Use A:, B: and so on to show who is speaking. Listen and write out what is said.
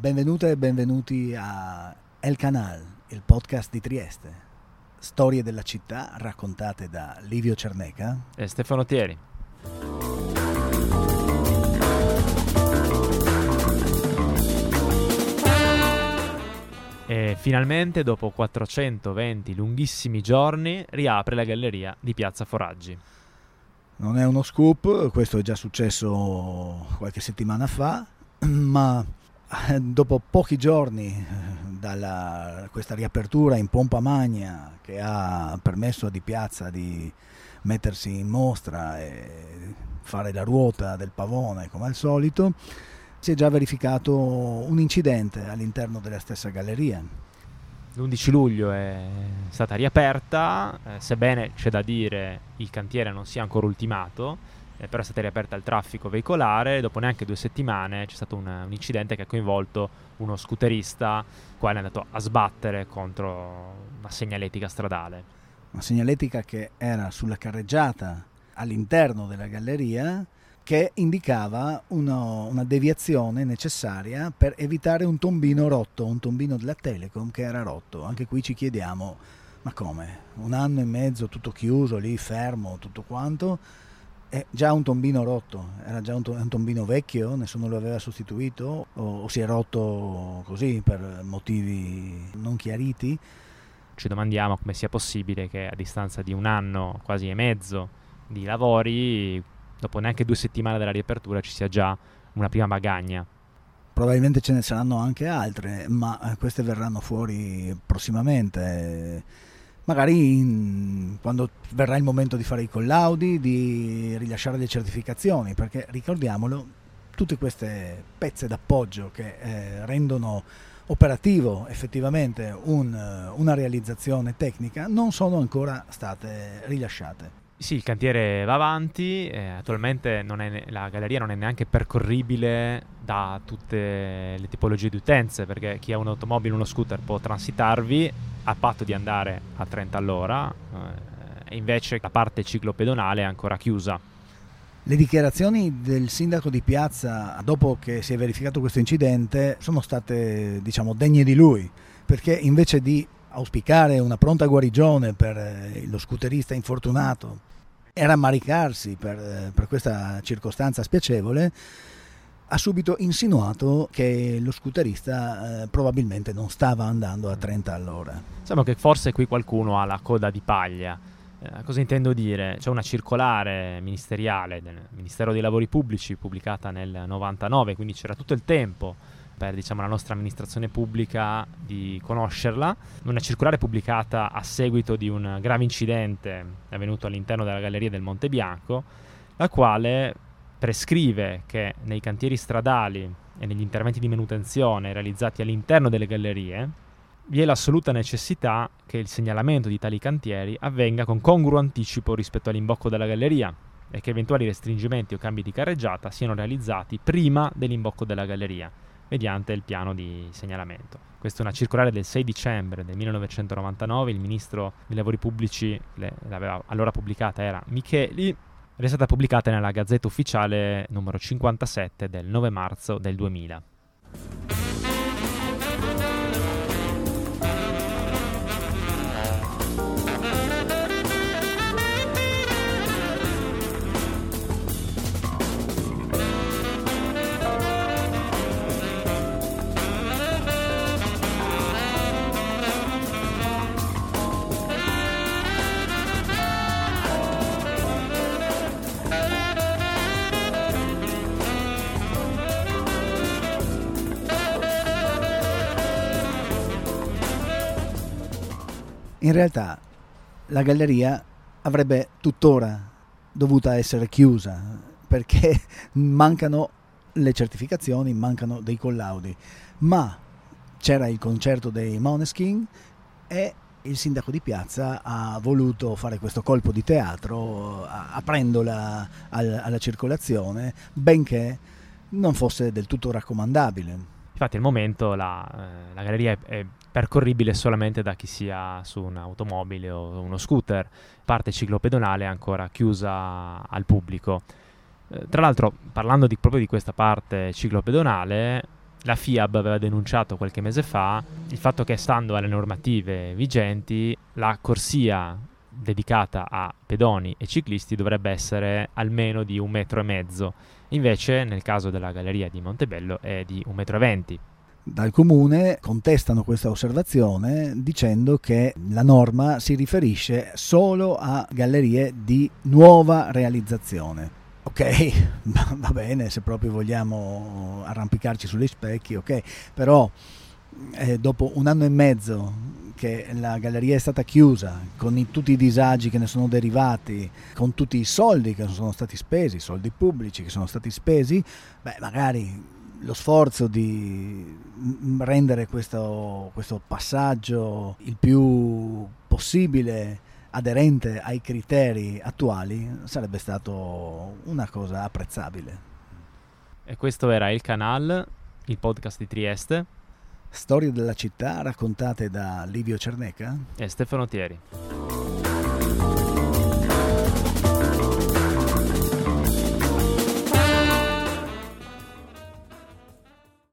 A: Benvenute e benvenuti a El Canal, il podcast di Trieste. Storie della città raccontate da Livio Cerneca
B: e Stefano Thieri. E finalmente, dopo 420 lunghissimi giorni, riapre la galleria di Piazza Foraggi.
A: Non è uno scoop, questo è già successo qualche settimana fa, ma dopo pochi giorni dalla questa riapertura in pompa magna che ha permesso a Di Piazza di mettersi in mostra e fare la ruota del pavone come al solito, si è già verificato un incidente all'interno della stessa galleria.
B: L'11 luglio è stata riaperta, sebbene c'è da dire il cantiere non sia ancora ultimato, però è stata riaperta al traffico veicolare. Dopo neanche 2 settimane c'è stato un incidente che ha coinvolto uno scooterista, quale è andato a sbattere contro una segnaletica stradale.
A: Una segnaletica che era sulla carreggiata all'interno della galleria, che indicava una deviazione necessaria per evitare un tombino rotto, un tombino della Telecom che era rotto. Anche qui ci chiediamo, ma come? 1 anno e mezzo tutto chiuso, lì fermo, tutto quanto, è già un tombino rotto, era già un tombino vecchio, nessuno lo aveva sostituito o si è rotto così per motivi non chiariti.
B: Ci domandiamo come sia possibile che a distanza di 1 anno, quasi e mezzo di lavori, dopo neanche 2 settimane dalla riapertura ci sia già una prima magagna.
A: Probabilmente ce ne saranno anche altre, ma queste verranno fuori prossimamente. Magari quando verrà il momento di fare i collaudi, di rilasciare le certificazioni, perché ricordiamolo, tutte queste pezze d'appoggio che rendono operativo effettivamente una realizzazione tecnica non sono ancora state rilasciate.
B: Sì, il cantiere va avanti, attualmente la galleria non è neanche percorribile da tutte le tipologie di utenze, perché chi ha un'automobile o uno scooter può transitarvi a patto di andare a 30 all'ora, e invece la parte ciclopedonale è ancora chiusa.
A: Le dichiarazioni del sindaco di Piazza dopo che si è verificato questo incidente sono state, degne di lui, perché invece di auspicare una pronta guarigione per lo scooterista infortunato e rammaricarsi per questa circostanza spiacevole, ha subito insinuato che lo scooterista probabilmente non stava andando a 30 all'ora.
B: Diciamo che forse qui qualcuno ha la coda di paglia. Cosa intendo dire? C'è una circolare ministeriale del Ministero dei Lavori Pubblici pubblicata nel 99, quindi c'era tutto il tempo per la nostra amministrazione pubblica di conoscerla. Una circolare pubblicata a seguito di un grave incidente avvenuto all'interno della galleria del Monte Bianco, la quale prescrive che nei cantieri stradali e negli interventi di manutenzione realizzati all'interno delle gallerie vi è l'assoluta necessità che il segnalamento di tali cantieri avvenga con congruo anticipo rispetto all'imbocco della galleria e che eventuali restringimenti o cambi di carreggiata siano realizzati prima dell'imbocco della galleria mediante il piano di segnalamento. Questa è una circolare del 6 dicembre del 1999, il ministro dei lavori pubblici l'aveva allora pubblicata, era Micheli, ed è stata pubblicata nella Gazzetta Ufficiale numero 57 del 9 marzo del 2000.
A: In realtà la galleria avrebbe tuttora dovuta essere chiusa perché mancano le certificazioni, mancano dei collaudi, ma c'era il concerto dei Måneskin e il sindaco di Piazza ha voluto fare questo colpo di teatro aprendola alla circolazione, benché non fosse del tutto raccomandabile.
B: Infatti al momento la galleria è percorribile solamente da chi sia su un'automobile o uno scooter. Parte ciclopedonale è ancora chiusa al pubblico. Tra l'altro, parlando proprio di questa parte ciclopedonale, La FIAB aveva denunciato qualche mese fa il fatto che, stando alle normative vigenti, la corsia dedicata a pedoni e ciclisti dovrebbe essere almeno di 1,5 metri. Invece, nel caso della galleria di Montebello, è di 1,20 m.
A: Dal comune contestano questa osservazione dicendo che la norma si riferisce solo a gallerie di nuova realizzazione. Ok, va bene, se proprio vogliamo arrampicarci sugli specchi, ok, però dopo 1 anno e mezzo che la galleria è stata chiusa, con tutti i disagi che ne sono derivati, con tutti i soldi che sono stati spesi, soldi pubblici che sono stati spesi, magari lo sforzo di rendere questo passaggio il più possibile aderente ai criteri attuali sarebbe stato una cosa apprezzabile.
B: E questo era Il Canal, il podcast di Trieste.
A: Storie della città raccontate da Livio Cerneca
B: e Stefano Thieri.